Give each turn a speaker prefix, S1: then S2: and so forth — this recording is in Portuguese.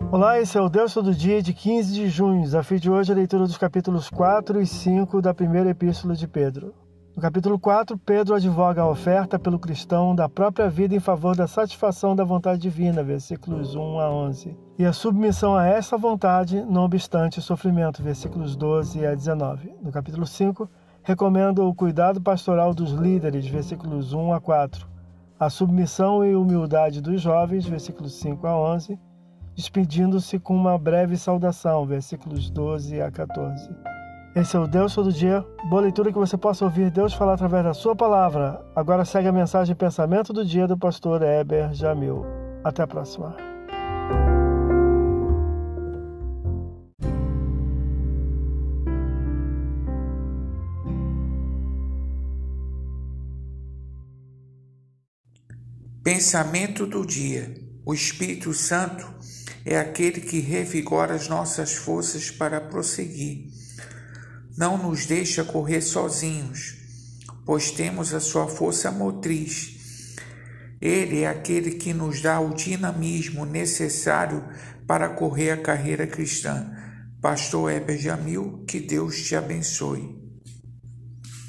S1: Olá, esse é o Deus Todo Dia de 15 de junho. Desafio de hoje é a leitura dos capítulos 4 e 5 da primeira epístola de Pedro. No capítulo 4, Pedro advoga a oferta pelo cristão da própria vida em favor da satisfação da vontade divina, versículos 1 a 11, e a submissão a essa vontade, não obstante o sofrimento, versículos 12 a 19. No capítulo 5, recomenda o cuidado pastoral dos líderes, versículos 1 a 4, a submissão e humildade dos jovens, versículos 5 a 11, despedindo-se com uma breve saudação, versículos 12 a 14. Esse é o Deus Todo Dia. Boa leitura, que você possa ouvir Deus falar através da sua palavra. Agora segue a mensagem e pensamento do dia do pastor Heber Jamil. Até a próxima.
S2: Pensamento do dia. O Espírito Santo é aquele que revigora as nossas forças para prosseguir. Não nos deixa correr sozinhos, pois temos a sua força motriz. Ele é aquele que nos dá o dinamismo necessário para correr a carreira cristã. Pastor Heber Jamil, que Deus te abençoe.